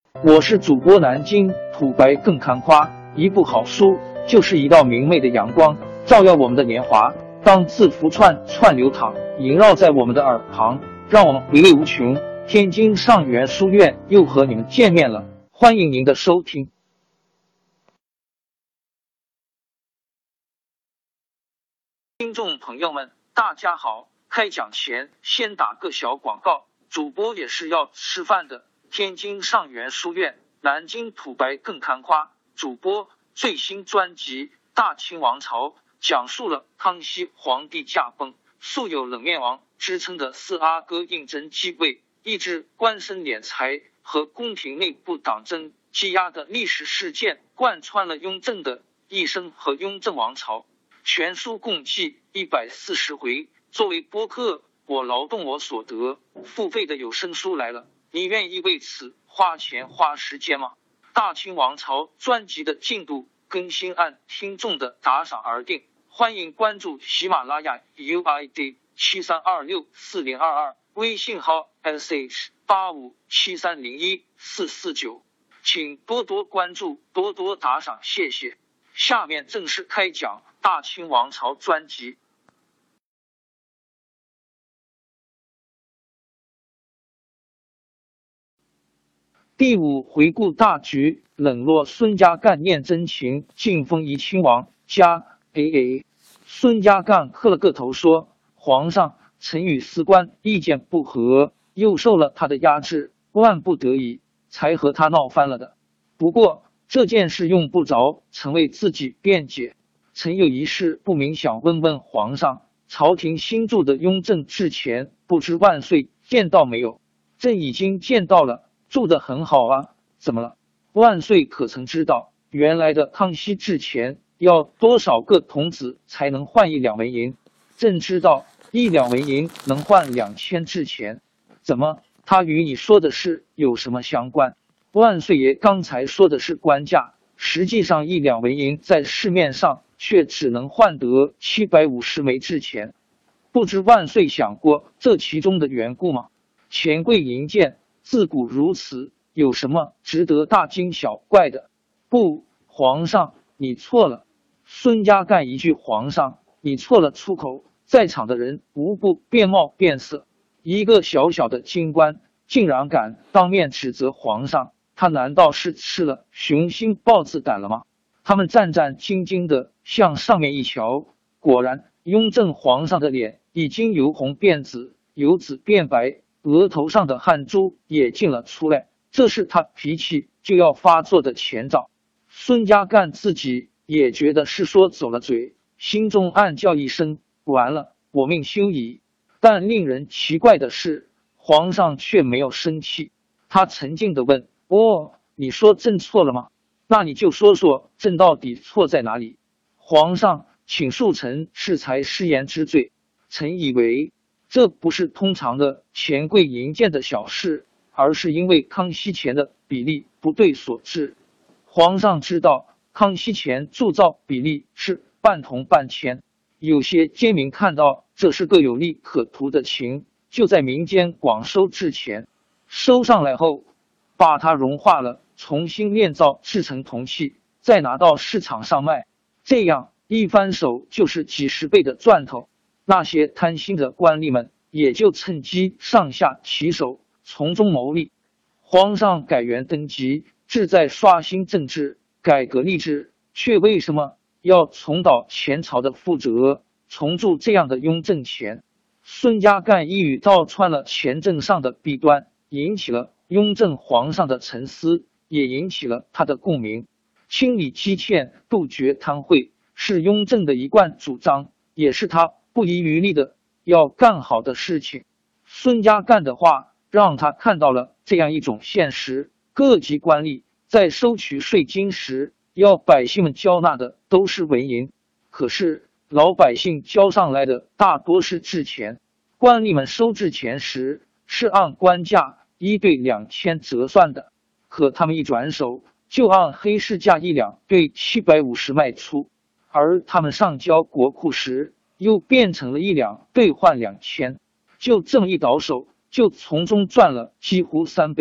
我是主播南京土白更看花，一部好书就是一道明媚的阳光，照耀我们的年华。当字符串串流淌，萦绕在我们的耳旁，让我们回味无穷。天津上元书院又和你们见面了，欢迎您的收听。听众朋友们，大家好。开讲前先打个小广告，主播也是要吃饭的。天津上元书院，南京土白更看花，主播最新专辑《大清王朝》，讲述了康熙皇帝驾崩，素有冷面王之称的四阿哥胤禛继位，抑制官绅敛财和宫廷内部党争积压的历史事件，贯穿了雍正的一生和雍正王朝。全书共计140回。作为播客，我劳动我所得，付费的有声书来了，你愿意为此花钱花时间吗？大清王朝专辑的进度更新按听众的打赏而定，欢迎关注喜马拉雅 UID 73264022，微信号 SH8573014449，请多多关注，多多打赏，谢谢。下面正式开讲大清王朝专辑。第5回顾大局，冷落孙家干念真情，晋封怡亲王加 AA。孙家干磕了个头说：“皇上，臣与司官意见不合，又受了他的压制，万不得已才和他闹翻了的。不过这件事用不着臣为自己辩解，臣有一事不明，想问问皇上。朝廷新筑的雍正制前，不知万岁见到没有？”“朕已经见到了。”“住得很好啊，怎么了？”“万岁可曾知道，原来的康熙制前要多少个童子才能换1两纹银？”“朕知道，1两纹银能换2000制钱。”“怎么，他与你说的事有什么相关？”“万岁爷刚才说的是官价，实际上1两纹银在市面上却只能换得750枚制钱。不知万岁想过这其中的缘故吗？钱柜银件自古如此，有什么值得大惊小怪的？”“不，皇上，你错了。”孙家干一句“皇上，你错了”出口，在场的人无不变貌变色。一个小小的京官竟然敢当面指责皇上，他难道是吃了雄心豹子胆了吗？他们战战兢兢地向上面一瞧，果然雍正皇上的脸已经由红变紫，由紫变白，额头上的汗珠也进了出来，这是他脾气就要发作的前兆。孙家干自己也觉得是说走了嘴，心中暗叫一声：“完了，我命休矣。”但令人奇怪的是，皇上却没有生气，他沉静地问：“哦，你说朕错了吗？那你就说说朕到底错在哪里？”“皇上，请恕臣适才失言之罪。臣以为这不是通常的钱柜银件的小事，而是因为康熙钱的比例不对所致。皇上知道康熙钱铸造比例是半铜半铅，有些奸民看到这是个有利可图的情，就在民间广收制钱，收上来后把它融化了，重新炼造制成铜器，再拿到市场上卖，这样一翻手就是几十倍的赚头。那些贪心的官吏们也就趁机上下其手，从中牟利。皇上改元登基，志在刷新政治，改革吏治，却为什么要重蹈前朝的覆辙，重铸这样的雍正钱？”孙家干一语道穿了钱政上的弊端，引起了雍正皇上的沉思，也引起了他的共鸣。清理积欠，杜绝贪贿，是雍正的一贯主张，也是他不遗余力的要干好的事情。孙家干的话让他看到了这样一种现实：各级官吏在收取税金时，要百姓们交纳的都是纹银，可是老百姓交上来的大多是制钱。官吏们收制钱时是按官价1对2000折算的，可他们一转手就按黑市价1两对750卖出，而他们上交国库时又变成了1两兑换2000，就这么一倒手，就从中赚了几乎3倍。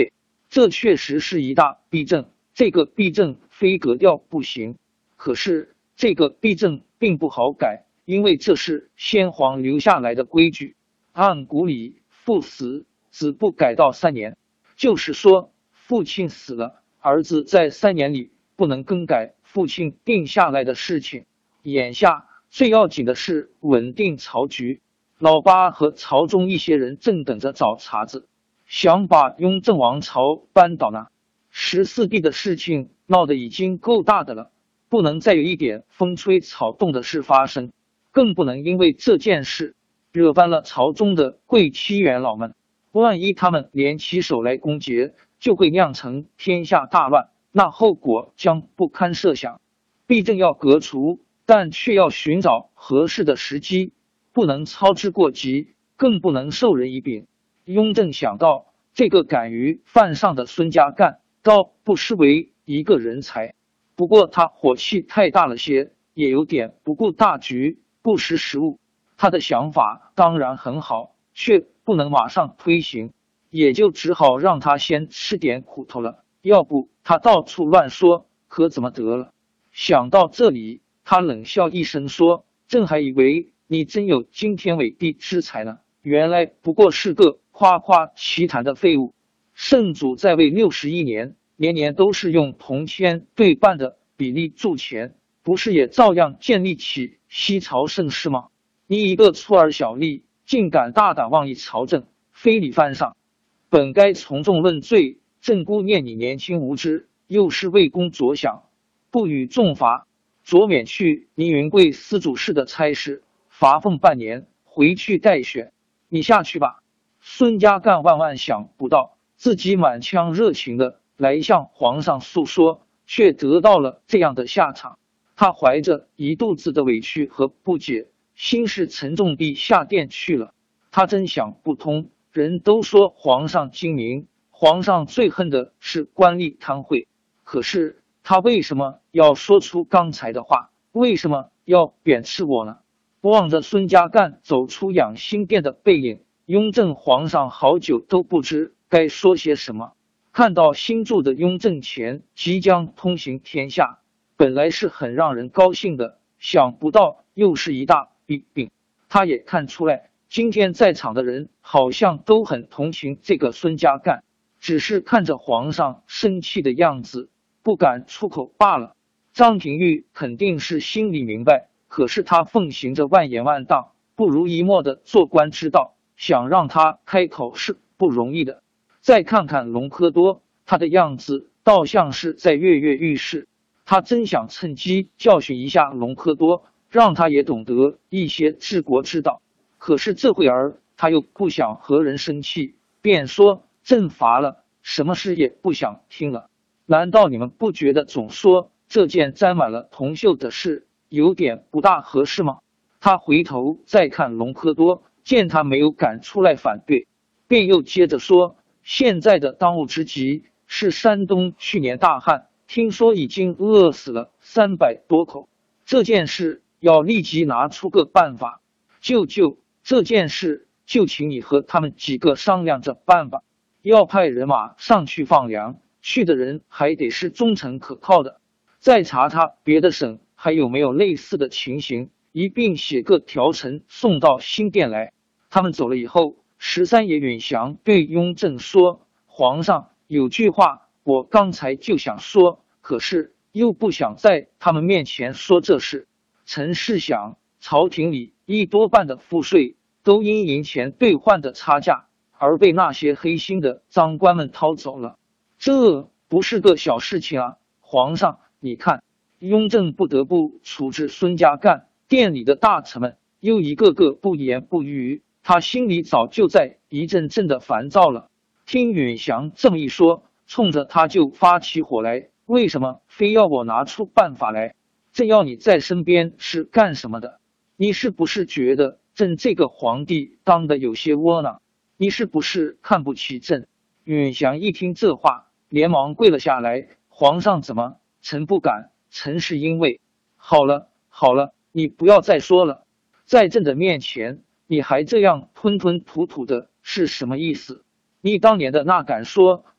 这确实是一大弊政。这个弊政非革掉不行。可是这个弊政并不好改，因为这是先皇留下来的规矩。按古礼，父死，子不改到3年，就是说父亲死了，儿子在3年里不能更改父亲定下来的事情。眼下最要紧的是稳定朝局。老八和朝中一些人正等着找茬子，想把雍正王朝扳倒呢。14帝的事情闹得已经够大的了，不能再有一点风吹草动的事发生，更不能因为这件事惹翻了朝中的贵戚元老们。万一他们联起手来攻讦，就会酿成天下大乱，那后果将不堪设想。弊政要革除，但却要寻找合适的时机，不能操之过急，更不能授人以柄。雍正想到，这个敢于犯上的孙家淦倒不失为一个人才，不过他火气太大了些，也有点不顾大局，不识时务。他的想法当然很好，却不能马上推行，也就只好让他先吃点苦头了，要不他到处乱说，可怎么得了？想到这里，他冷笑一声说：“朕还以为你真有惊天伟地之才呢，原来不过是个夸夸其谈的废物。圣祖在位61年，年年都是用铜钱对半的比例铸钱，不是也照样建立起西朝盛世吗？你一个粗儿小吏，竟敢大胆妄议朝政，非礼犯上，本该从重论罪。朕姑念你年轻无知，又是为公着想，不予重罚，着免去倪云贵司主事的差事，罚俸半年，回去待选。你下去吧。”孙家淦万万想不到，自己满腔热情的来向皇上诉说，却得到了这样的下场。他怀着一肚子的委屈和不解，心事沉重地下殿去了。他真想不通，人都说皇上精明，皇上最恨的是官吏贪贿，可是他为什么要说出刚才的话？为什么要贬斥我呢？望着孙家淦走出养心殿的背影，雍正皇上好久都不知该说些什么。看到新筑的雍正前即将通行天下，本来是很让人高兴的，想不到又是一大弊病。他也看出来，今天在场的人好像都很同情这个孙家淦，只是看着皇上生气的样子，不敢出口罢了。张廷玉肯定是心里明白，可是他奉行着万严万当、不如一墨的做官之道，想让他开口是不容易的。再看看隆科多，他的样子倒像是在跃跃欲试。他真想趁机教训一下隆科多，让他也懂得一些治国之道。可是这会儿他又不想和人生气，便说：“朕乏了，什么事也不想听了。难道你们不觉得总说这件沾满了铜锈的事有点不大合适吗？”他回头再看隆科多，见他没有敢出来反对，便又接着说：“现在的当务之急是山东去年大旱，听说已经饿死了300多口，这件事要立即拿出个办法。舅舅，这件事就请你和他们几个商量着办吧，要派人马上去放粮，去的人还得是忠诚可靠的。再查查别的省还有没有类似的情形，一并写个条陈送到新殿来。”他们走了以后，13爷允祥对雍正说：“皇上，有句话我刚才就想说，可是又不想在他们面前说这事。臣试想，朝廷里多半的赋税都因银钱兑换的差价而被那些黑心的赃官们掏走了，这不是个小事情啊！皇上，你看。”雍正不得不处置孙家淦，殿里的大臣们又一个个不言不语，他心里早就在一阵阵的烦躁了。听允祥这么一说，冲着他就发起火来：“为什么非要我拿出办法来？朕要你在身边是干什么的？你是不是觉得朕这个皇帝当得有些窝囊？你是不是看不起朕？”允祥一听这话，连忙跪了下来：“皇上怎么？臣不敢，臣是因为……好了好了，你不要再说了，在朕的面前你还这样吞吞吐吐的，是什么意思？你当年的那敢说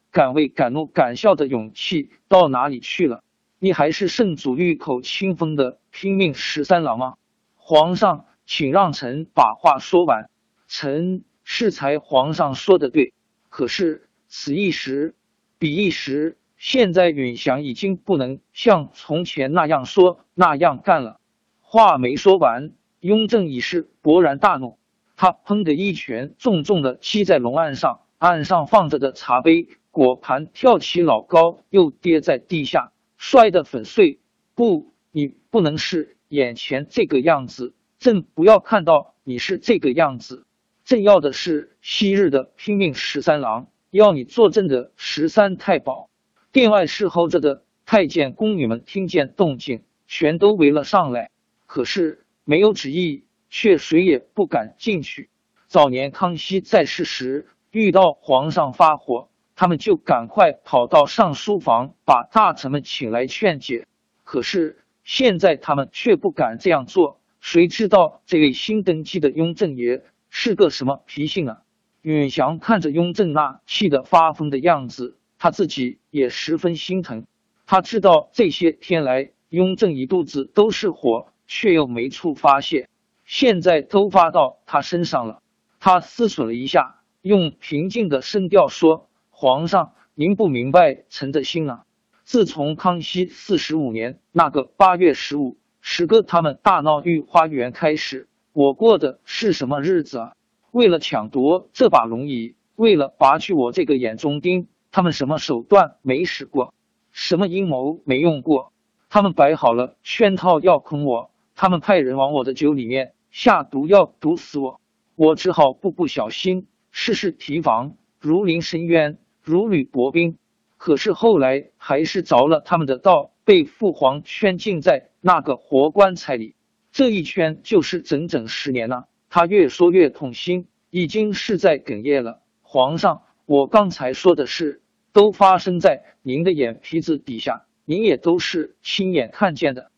敢畏敢怒敢笑的勇气到哪里去了？你还是圣祖御口清风的拼命13郎吗？皇上，请让臣把话说完。臣适才皇上说的对，可是此一时彼一时，现在允祥已经不能像从前那样说那样干了。话没说完，雍正已是勃然大怒，他砰的一拳重重的击在龙案上，案上放着的茶杯果盘跳起老高，又跌在地下，摔得粉碎。不，你不能是眼前这个样子，朕不要看到你是这个样子，朕要的是昔日的拼命13郎，要你坐镇的13太保。殿外侍候着的太监宫女们听见动静，全都围了上来，可是没有旨意，却谁也不敢进去。早年康熙在世时，遇到皇上发火，他们就赶快跑到上书房，把大臣们请来劝解。可是现在他们却不敢这样做，谁知道这位新登基的雍正爷是个什么脾性啊？允祥看着雍正那气得发疯的样子，他自己也十分心疼。他知道这些天来雍正一肚子都是火，却又没处发泄，现在都发到他身上了。他思忖了一下，用平静的声调说：皇上，您不明白臣的心啊。自从康熙45年那个8月15，石哥他们大闹御花园开始，我过的是什么日子啊？为了抢夺这把龙椅，为了拔去我这个眼中钉，他们什么手段没使过，什么阴谋没用过？他们摆好了圈套要坑我，他们派人往我的酒里面下毒要毒死我，我只好步步小心，事事提防，如临深渊，如履薄冰。可是后来还是着了他们的道，被父皇圈禁在那个活棺材里，这一圈就是整整10年了。他越说越痛心，已经是在哽咽了。皇上，我刚才说的事都发生在您的眼皮子底下，您也都是亲眼看见的。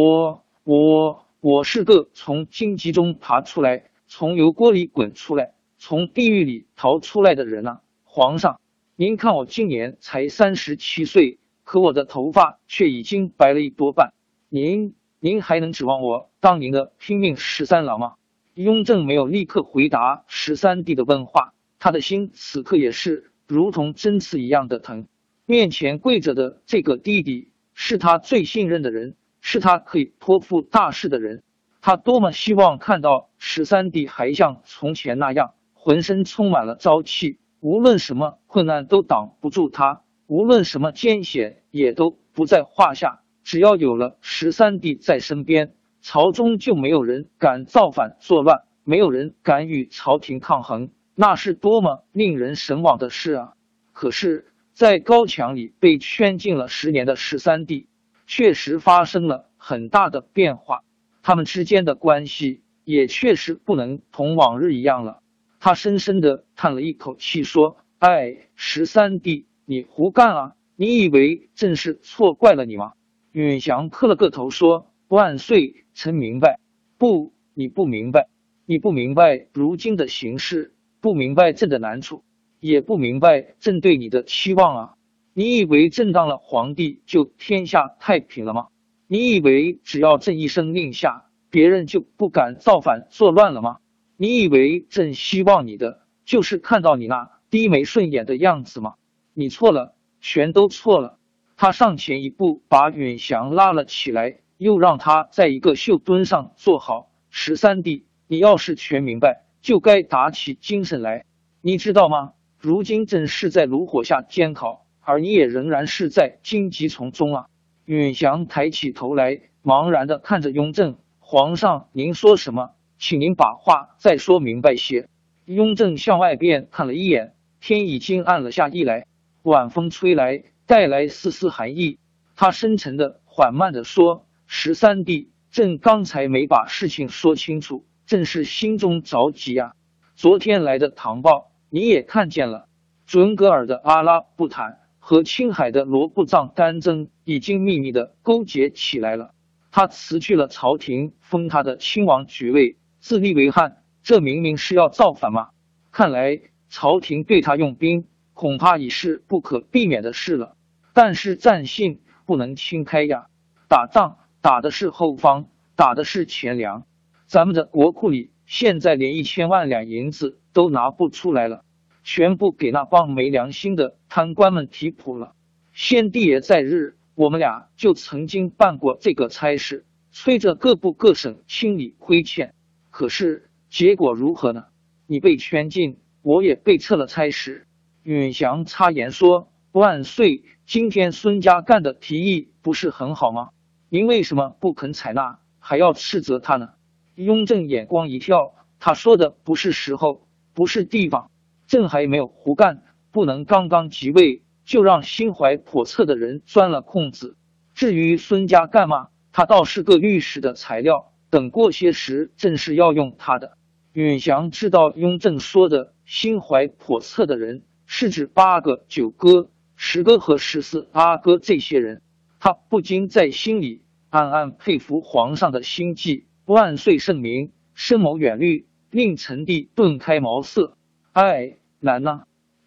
我是个从荆棘中爬出来，从油锅里滚出来，从地狱里逃出来的人啊！皇上，您看我今年才37岁，可我的头发却已经白了一多半。您还能指望我当您的拼命13郎吗？雍正没有立刻回答13弟的问话，他的心此刻也是如同针刺一样的疼。面前跪着的这个弟弟是他最信任的人，是他可以托付大事的人。他多么希望看到13弟还像从前那样，浑身充满了朝气，无论什么困难都挡不住他，无论什么艰险也都不在话下。只要有了13弟在身边，朝中就没有人敢造反作乱，没有人敢与朝廷抗衡，那是多么令人神往的事啊！可是，在高墙里被圈禁了10年的13弟，确实发生了很大的变化，他们之间的关系也确实不能同往日一样了。他深深地叹了一口气，说：“哎，13弟，你胡干啊！你以为朕是错怪了你吗？”允祥磕了个头说：“万岁，臣明白。不，你不明白，你不明白如今的形势，不明白朕的难处，也不明白朕对你的期望啊！你以为朕当了皇帝就天下太平了吗？你以为只要朕一声令下，别人就不敢造反作乱了吗？你以为朕希望你的就是看到你那低眉顺眼的样子吗？你错了，全都错了。”他上前一步，把允祥拉了起来，又让他在一个袖墩上坐好。13弟，你要是全明白，就该打起精神来。你知道吗？如今朕是在炉火下监考，而你也仍然是在荆棘丛中啊！允祥抬起头来，茫然地看着雍正。皇上，您说什么？请您把话再说明白些。雍正向外边看了一眼，天已经暗了下意来，晚风吹来，带来丝丝寒意。他深沉的、缓慢的说：“13弟，朕刚才没把事情说清楚，朕是心中着急啊。昨天来的唐报，你也看见了，准噶尔的阿拉布坦和青海的罗布藏丹增已经秘密的勾结起来了。他辞去了朝廷封他的亲王爵位，自立为汉，这明明是要造反嘛！看来朝廷对他用兵， 恐怕已是不可避免的事了。但是战信不能轻开呀，打仗打的是后方，打的是钱粮。咱们的国库里现在连1000万两银子都拿不出来了，全部给那帮没良心的贪官们提谱了。先帝爷在日，我们俩就曾经办过这个差事，催着各部各省清理亏欠。可是结果如何呢？你被圈禁，我也被撤了差使。允祥插言说：“万岁，今天孙家干的提议不是很好吗？您为什么不肯采纳，还要斥责他呢？”雍正眼光一跳，他说的不是时候，不是地方，朕还没有胡干，不能刚刚即位就让心怀叵测的人钻了空子。至于孙家干嘛，他倒是个御史的材料，等过些时正是要用他的。允祥知道雍正说的心怀叵测的人是指8个、9个、10个和14阿哥这些人，他不禁在心里暗暗佩服皇上的心计。万岁圣明，深谋远虑，令臣弟顿开茅塞。哎，难呐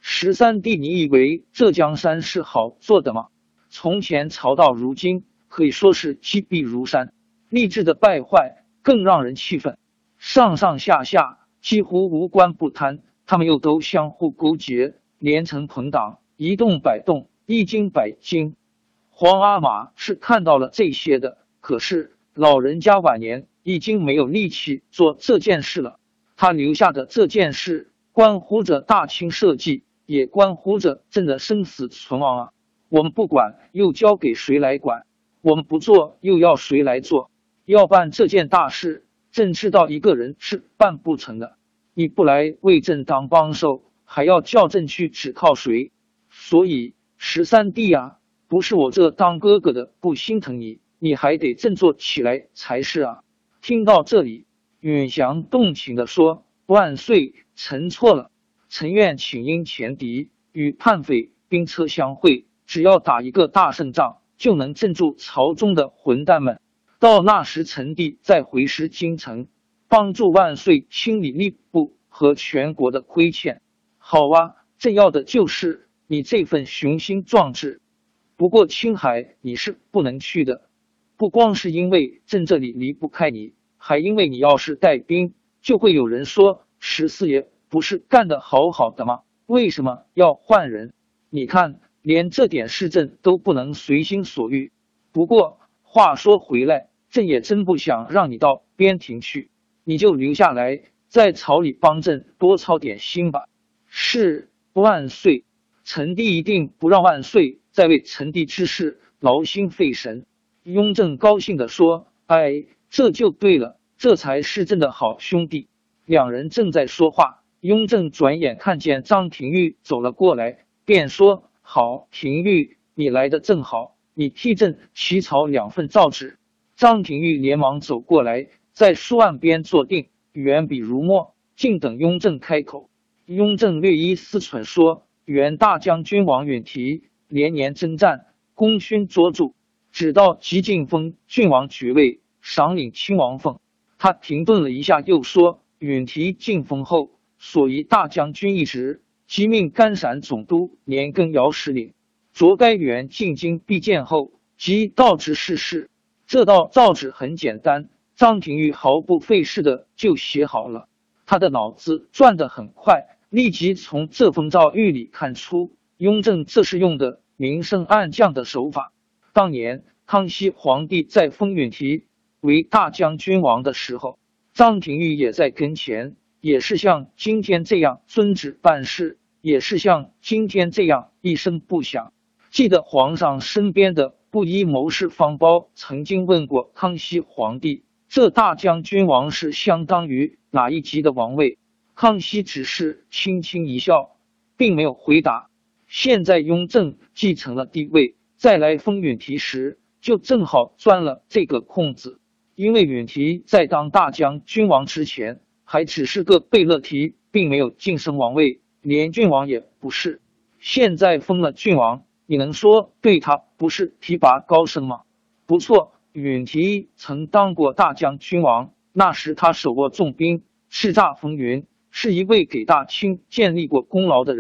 ！13弟，你以为这江山是好做的吗？从前朝到如今，可以说是积弊如山，吏治的败坏更让人气愤。上上下下几乎无官不贪，他们又都相互勾结，连成朋党，一动百动，一惊百惊。皇阿玛是看到了这些的，可是老人家晚年已经没有力气做这件事了。他留下的这件事，关乎着大清社稷，也关乎着朕的生死存亡啊！我们不管，又交给谁来管？我们不做，又要谁来做？要办这件大事，朕知道一个人是办不成的。你不来为朕当帮手，还要叫朕去指靠谁？所以13弟啊，不是我这当哥哥的不心疼你，你还得振作起来才是啊！听到这里，允祥动情地说：“万岁，臣错了，臣愿请缨前敌，与叛匪兵车相会，只要打一个大胜仗，就能镇住朝中的混蛋们。到那时，臣弟再回师京城，帮助万岁清理吏部和全国的亏欠。”好啊，朕要的就是你这份雄心壮志。不过青海你是不能去的，不光是因为朕这里离不开你，还因为你要是带兵，就会有人说14爷不是干得好好的吗？为什么要换人？你看，连这点事朕都不能随心所欲。不过话说回来，朕也真不想让你到边庭去，你就留下来，在朝里帮朕多操点心吧。是，万岁，臣弟一定不让万岁再为臣弟之事劳心费神。雍正高兴地说：“哎，这就对了，这才是朕的好兄弟。”两人正在说话，雍正转眼看见张廷玉走了过来，便说：“好，廷玉，你来的正好，你替朕起草2份诏旨。”张廷玉连忙走过来，在书案边坐定，圆笔如墨，静等雍正开口。雍正略一思忖说：“原大将军王允提连年征战，功勋卓著，只到即晋封郡王爵位，赏领亲王俸。”他停顿了一下，又说：“允提晋封后，所遗大将军一职，即命甘陕总督年羹尧使领。着该员进京必见后，即道之世事。”这道诏旨很简单，张廷玉毫不费事的就写好了。他的脑子转得很快，立即从这封诏谕里看出，雍正这是用的明升暗降的手法。当年康熙皇帝在封允提为大将军王的时候，张廷玉也在跟前，也是像今天这样遵旨办事，也是像今天这样一声不响。记得皇上身边的布衣谋士方苞曾经问过康熙皇帝，这大将军王是相当于哪一级的王位？康熙只是轻轻一笑，并没有回答。现在雍正继承了帝位，再来封允提时，就正好钻了这个空子。因为允提在当大将军王之前，还只是个贝勒提，并没有晋升王位，连郡王也不是。现在封了郡王，你能说对他不是提拔高升吗？不错，允提曾当过大将军王，那时他手握重兵，叱咤风云，是一位给大清建立过功劳的人。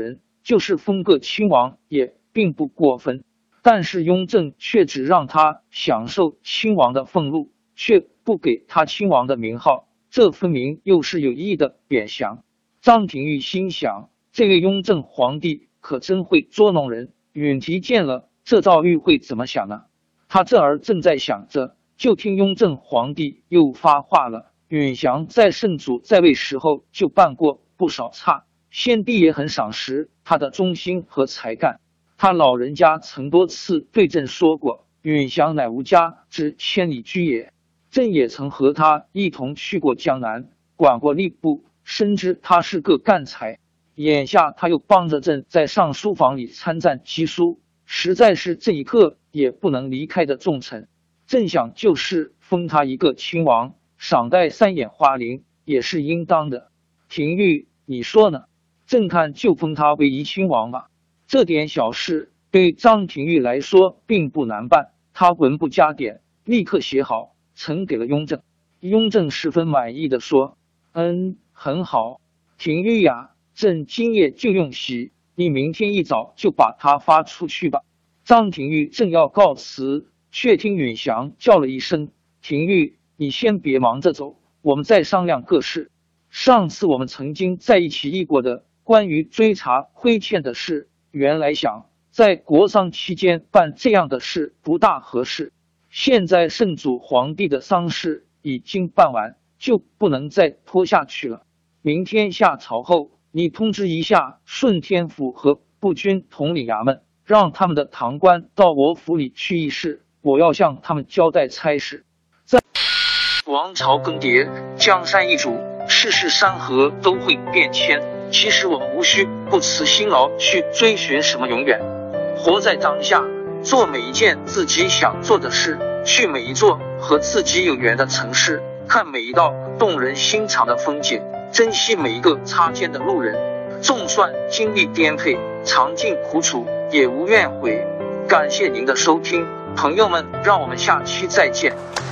就是封个亲王也并不过分。但是雍正却只让他享受亲王的俸禄，却不给他亲王的名号，这分明又是有意的贬降。张廷玉心想，这位雍正皇帝可真会捉弄人，允提见了这诏谕会怎么想呢？他这儿正在想着，就听雍正皇帝又发话了。允祥在圣祖在位时候就办过不少差，先帝也很赏识他的忠心和才干。他老人家曾多次对朕说过，允祥乃无家之千里驹也。朕也曾和他一同去过江南，管过吏部，深知他是个干才。眼下他又帮着朕在上书房里参赞赍书，实在是这一刻也不能离开的重臣。朕想就是封他一个亲王，赏戴三眼花翎也是应当的。廷玉，你说呢？朕看就封他为怡亲王吧。这点小事对张廷玉来说并不难办，他文不加点，立刻写好，呈给了雍正。雍正十分满意的说：“很好，廷玉呀，朕今夜就用喜，你明天一早就把它发出去吧。”张廷玉正要告辞，却听允祥叫了一声：“廷玉，你先别忙着走，我们再商量个事。上次我们曾经在一起议过的关于追查亏欠的事，原来想在国丧期间办这样的事不大合适。现在圣祖皇帝的丧事已经办完，就不能再拖下去了。明天下朝后，你通知一下顺天府和步军统领衙门，让他们的堂官到我府里去议事，我要向他们交代差事。王朝更迭，江山易主，世事山河都会变迁。其实我们无需不辞辛劳去追寻什么永远，活在当下，做每一件自己想做的事，去每一座和自己有缘的城市，看每一道动人心肠的风景，珍惜每一个擦肩的路人。纵算经历颠沛，尝尽苦楚，也无怨悔。感谢您的收听，朋友们，让我们下期再见。